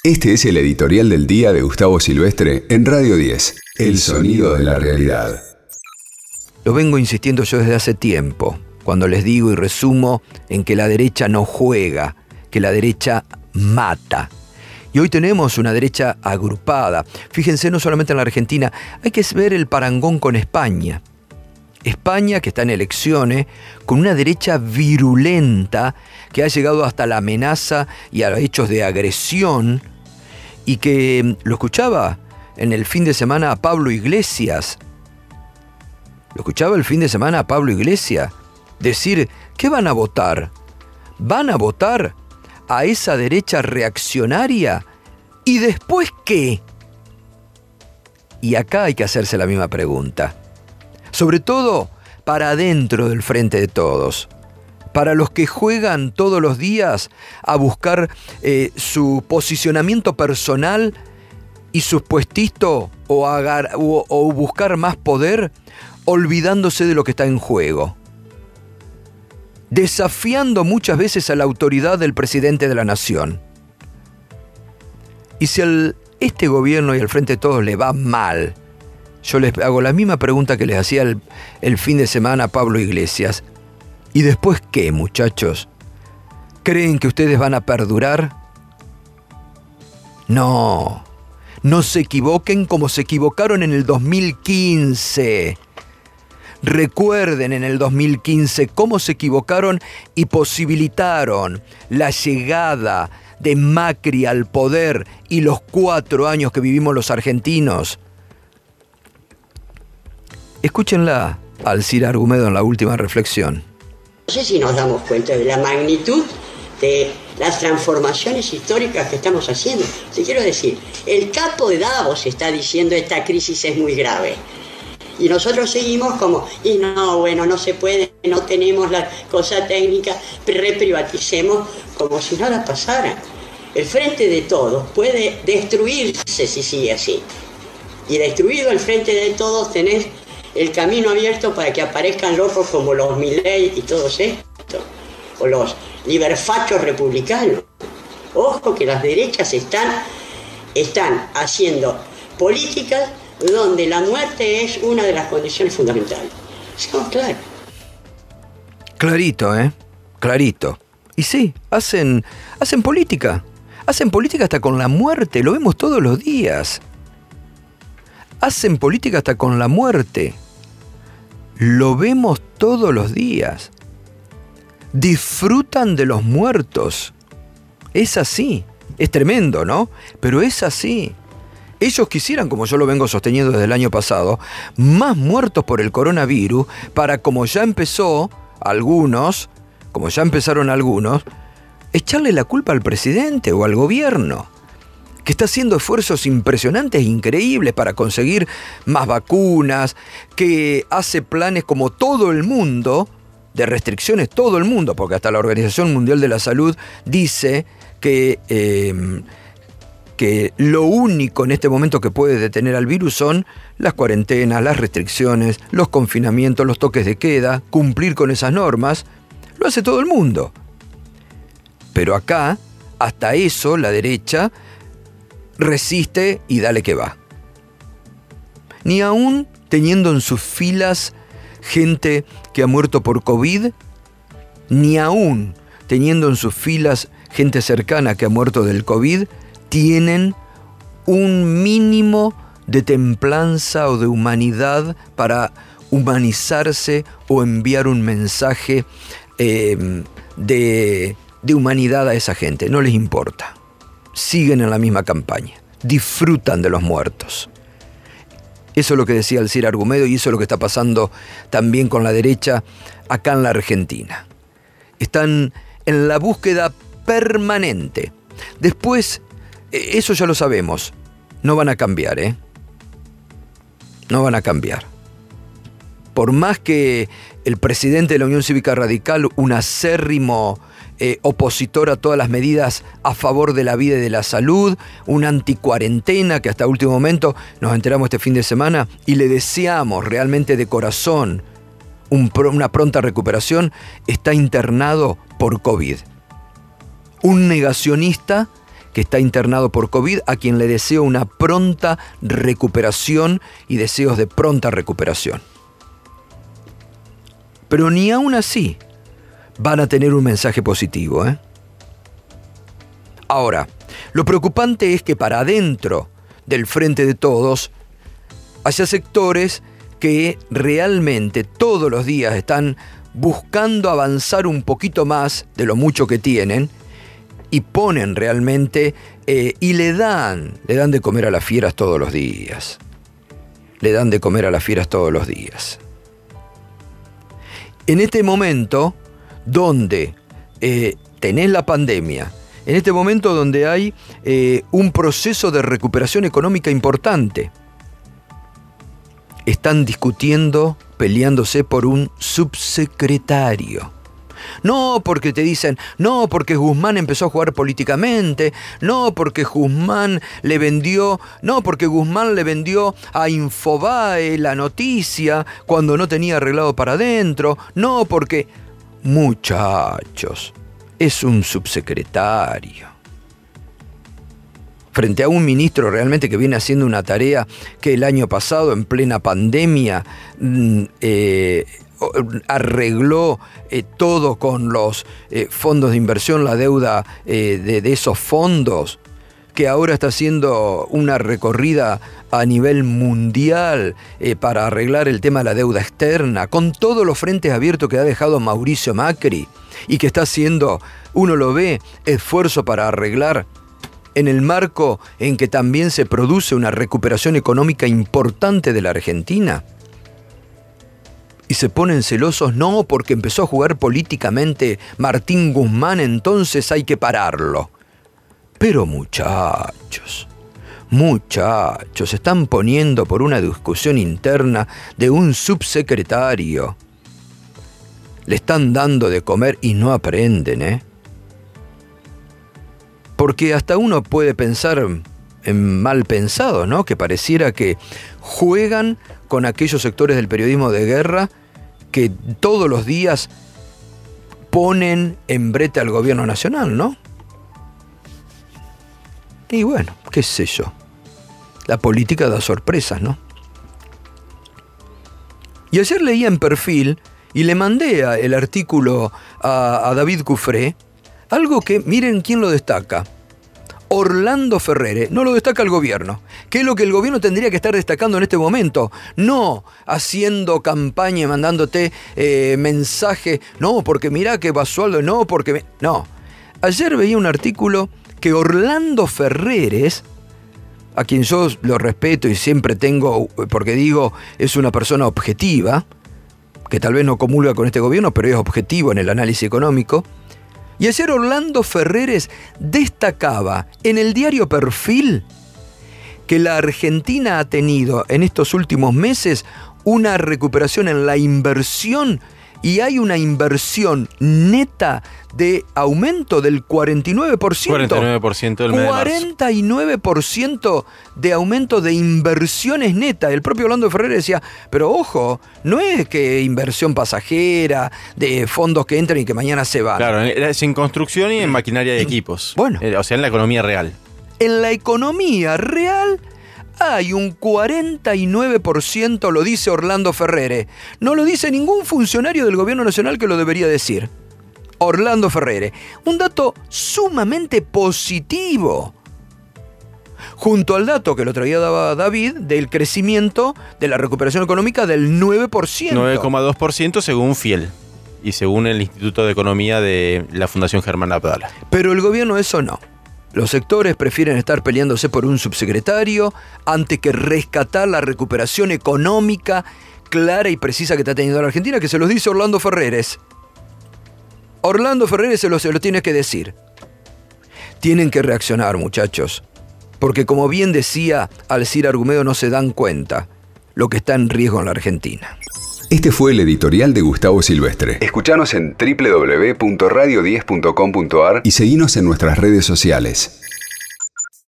Este es el editorial del día de Gustavo Silvestre en Radio 10, El sonido de la realidad. Lo vengo insistiendo yo desde hace tiempo, cuando les digo y resumo en que la derecha no juega, que la derecha mata. Y hoy tenemos una derecha agrupada. Fíjense, no solamente en la Argentina, hay que ver el parangón con España. España, que está en elecciones, con una derecha virulenta que ha llegado hasta la amenaza y a hechos de agresión, y que lo escuchaba en el fin de semana a Pablo Iglesias. Lo escuchaba el fin de semana a Pablo Iglesias decir, ¿qué van a votar? ¿Van a votar a esa derecha reaccionaria? ¿Y después qué? Y acá hay que hacerse la misma pregunta. Sobre todo para adentro del Frente de Todos. Para los que juegan todos los días a buscar su posicionamiento personal y sus puestitos o buscar más poder, olvidándose de lo que está en juego. Desafiando muchas veces a la autoridad del presidente de la nación. Y si este gobierno y el Frente de Todos le va mal, yo les hago la misma pregunta que les hacía el fin de semana a Pablo Iglesias. ¿Y después qué, muchachos? ¿Creen que ustedes van a perdurar? No se equivoquen como se equivocaron en el 2015. Recuerden en el 2015 cómo se equivocaron y posibilitaron la llegada de Macri al poder y los 4 años que vivimos los argentinos. Escúchenla a Alcira Argumedo en la última reflexión. No sé si nos damos cuenta de la magnitud de las transformaciones históricas que estamos haciendo. Te quiero decir, el capo de Davos está diciendo esta crisis es muy grave. Y nosotros seguimos como, y no, bueno, no se puede, no tenemos la cosa técnica, reprivaticemos como si nada pasara. El Frente de Todos puede destruirse si sigue así. Y destruido el Frente de Todos tenés el camino abierto para que aparezcan locos como los Milei y todos estos, o los liberfachos republicanos. Ojo que las derechas están haciendo políticas donde la muerte es una de las condiciones fundamentales. Seamos claros. Clarito, Clarito. Y sí, hacen política. Hacen política hasta con la muerte, lo vemos todos los días. Hacen política hasta con la muerte. Lo vemos todos los días. Disfrutan de los muertos. Es así. Es tremendo, ¿no? Pero es así. Ellos quisieran, como yo lo vengo sosteniendo desde el año pasado, más muertos por el coronavirus para, como ya empezaron algunos, echarle la culpa al presidente o al gobierno, que está haciendo esfuerzos impresionantes e increíbles para conseguir más vacunas, que hace planes como todo el mundo, de restricciones todo el mundo, porque hasta la Organización Mundial de la Salud dice que lo único en este momento que puede detener al virus son las cuarentenas, las restricciones, los confinamientos, los toques de queda, cumplir con esas normas. Lo hace todo el mundo. Pero acá, hasta eso, la derecha resiste y dale que va. Ni aún teniendo en sus filas gente que ha muerto por COVID, ni aún teniendo en sus filas gente cercana que ha muerto del COVID, tienen un mínimo de templanza o de humanidad para humanizarse o enviar un mensaje de humanidad a esa gente. No les importa. Siguen en la misma campaña. Disfrutan de los muertos. Eso es lo que decía Alcira Argumedo y eso es lo que está pasando también con la derecha acá en la Argentina. Están en la búsqueda permanente. Después, eso ya lo sabemos, no van a cambiar, No van a cambiar. Por más que el presidente de la Unión Cívica Radical, un acérrimo opositor a todas las medidas a favor de la vida y de la salud, un anticuarentena que hasta último momento nos enteramos este fin de semana y le deseamos realmente de corazón una pronta recuperación, está internado por COVID. Un negacionista que está internado por COVID, a quien le deseo una pronta recuperación y deseos de pronta recuperación. Pero ni aún así van a tener un mensaje positivo, ¿eh? Ahora, lo preocupante es que para adentro del Frente de Todos haya sectores que realmente todos los días están buscando avanzar un poquito más de lo mucho que tienen y ponen realmente y le dan de comer a las fieras todos los días. Le dan de comer a las fieras todos los días. En este momento donde tenés la pandemia, en este momento donde hay un proceso de recuperación económica importante, están discutiendo, peleándose por un subsecretario. No porque te dicen, no porque Guzmán empezó a jugar políticamente, no porque Guzmán le vendió a Infobae la noticia cuando no tenía arreglado para adentro, no porque... Muchachos, es un subsecretario. Frente a un ministro realmente que viene haciendo una tarea que el año pasado, en plena pandemia, arregló todo con los fondos de inversión, la deuda de esos fondos, que ahora está haciendo una recorrida a nivel mundial para arreglar el tema de la deuda externa, con todos los frentes abiertos que ha dejado Mauricio Macri y que está haciendo, uno lo ve, esfuerzo para arreglar en el marco en que también se produce una recuperación económica importante de la Argentina. Y se ponen celosos, no porque empezó a jugar políticamente Martín Guzmán, entonces hay que pararlo. Pero muchachos, están poniendo por una discusión interna de un subsecretario. Le están dando de comer y no aprenden, ¿eh? Porque hasta uno puede pensar en mal pensado, ¿no? Que pareciera que juegan con aquellos sectores del periodismo de guerra que todos los días ponen en brete al gobierno nacional, ¿no? Y bueno, qué sé yo. La política da sorpresas, ¿no? Y ayer leía en Perfil y le mandé el artículo a David Cufré, algo que, miren quién lo destaca. Orlando Ferrere, no lo destaca el gobierno, que es lo que el gobierno tendría que estar destacando en este momento, no haciendo campaña y mandándote mensaje, no, porque mirá que Basualdo, no, porque... No, ayer veía un artículo que Orlando Ferreres, a quien yo lo respeto y siempre tengo, porque digo, es una persona objetiva, que tal vez no comulga con este gobierno, pero es objetivo en el análisis económico. Y ayer Orlando Ferreres destacaba en el diario Perfil que la Argentina ha tenido en estos últimos meses una recuperación en la inversión y hay una inversión neta de aumento del 49%. 49% del mes de marzo. 49% de aumento de inversiones netas. El propio Orlando Ferrer decía, pero ojo, no es que inversión pasajera, de fondos que entran y que mañana se van. Claro, es en construcción y en maquinaria de equipos. Bueno. O sea, en la economía real. En la economía real hay un 49%, lo dice Orlando Ferrere. No lo dice ningún funcionario del gobierno nacional que lo debería decir. Orlando Ferrere. Un dato sumamente positivo. Junto al dato que el otro día daba David del crecimiento de la recuperación económica del 9%. 9,2% según Fiel y según el Instituto de Economía de la Fundación Germán Abdala. Pero el gobierno eso no. Los sectores prefieren estar peleándose por un subsecretario antes que rescatar la recuperación económica clara y precisa que está teniendo la Argentina, que se los dice Orlando Ferreres. Orlando Ferreres se lo tiene que decir. Tienen que reaccionar, muchachos, porque como bien decía Alcira Argumedo, no se dan cuenta lo que está en riesgo en la Argentina. Este fue el editorial de Gustavo Silvestre. Escuchanos en www.radio10.com.ar y seguinos en nuestras redes sociales.